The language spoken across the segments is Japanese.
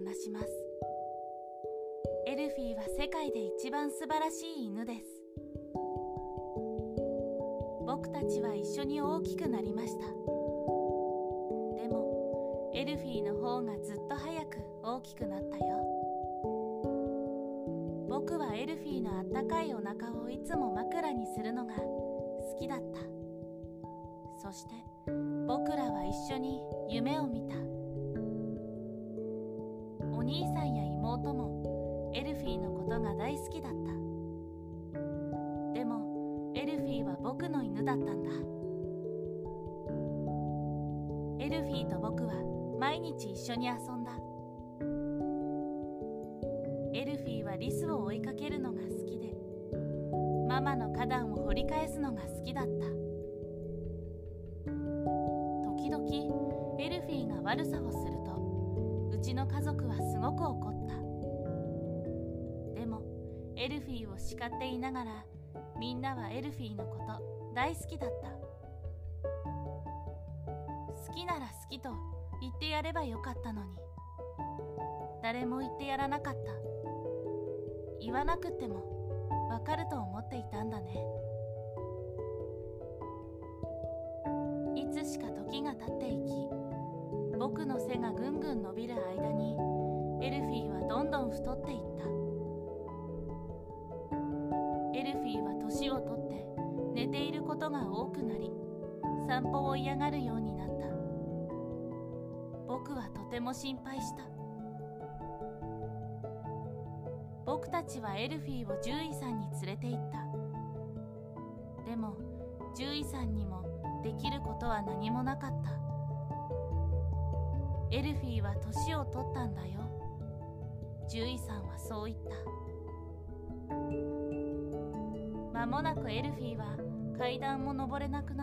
話します。エルフィーは世界で一番素晴らしい犬です。僕たちは一緒に大きくなりました。でもエルフィーの方がずっと早く大きくなったよ。僕はエルフィーのあったかいお腹をいつも枕にするのが好きだった。そして僕らは一緒に夢を見た。お兄さんや妹もエルフィーのことが大好きだった。でもエルフィーは僕の犬だったんだ。エルフィーと僕は毎日一緒に遊んだ。エルフィーはリスを追いかけるのが好きで、ママの花壇を掘り返すのが好きだった。時々エルフィーが悪さをするとうちの家族はすごく怒った。でもエルフィーを叱っていながらみんなはエルフィーのこと大好きだった。好きなら好きと言ってやればよかったのに、誰も言ってやらなかった。言わなくってもわかると思っていたんだね。いつしか時が経っていき、僕の背がぐんぐん伸びる間にエルフィーはどんどん太っていった。エルフィーは年をとって寝ていることが多くなり、散歩を嫌がるようになった。僕はとても心配した。僕たちはエルフィーを獣医さんに連れて行った。でも獣医さんにもできることは何もなかった。エルフィーは年を取ったんだよ。獣医さんはそう言った。間もなくエルフィーは階段も登れなくなった。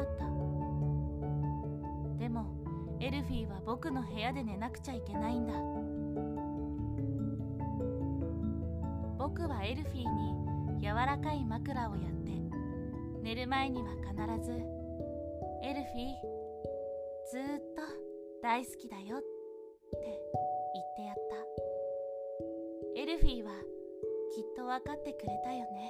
でもエルフィーは僕の部屋で寝なくちゃいけないんだ。僕はエルフィーに柔らかい枕をやって、寝る前には必ず「エルフィー、ずーっと大好きだよ」って言ってやった。エルフィーはきっと分かってくれたよね。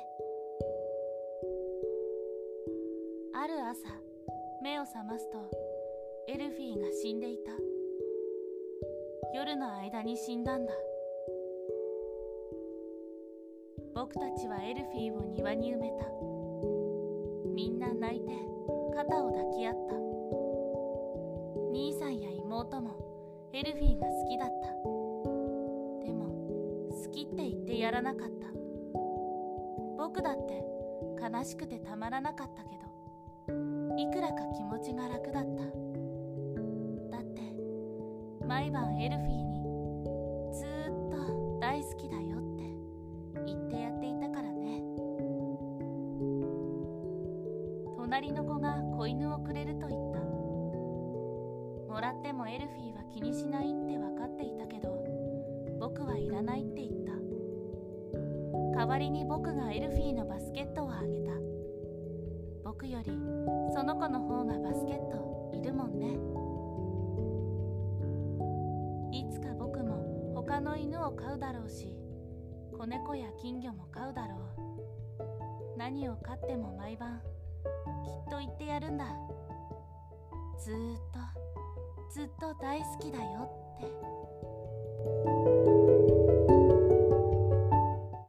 ある朝、目を覚ますとエルフィーが死んでいた。夜の間に死んだんだ。僕たちはエルフィーを庭に埋めた。みんな泣いて肩を抱き合った。兄さんや妹もエルフィーが好きだった。でも好きって言ってやらなかった。僕だって悲しくてたまらなかったけど、いくらか気持ちが楽だった。だって毎晩エルフィーにずーっと大好きだよって言ってやっていたからね。隣の子が子犬をくれると言った。もらってもエルフィーは気にしないって分かっていたけど、僕はいらないって言った。代わりに僕がエルフィーのバスケットをあげた。僕よりその子の方がバスケットいるもんね。いつか僕も他の犬を飼うだろうし、子猫や金魚も飼うだろう。何を飼っても毎晩きっと言ってやるんだ。ずーっとずっと大好きだよって。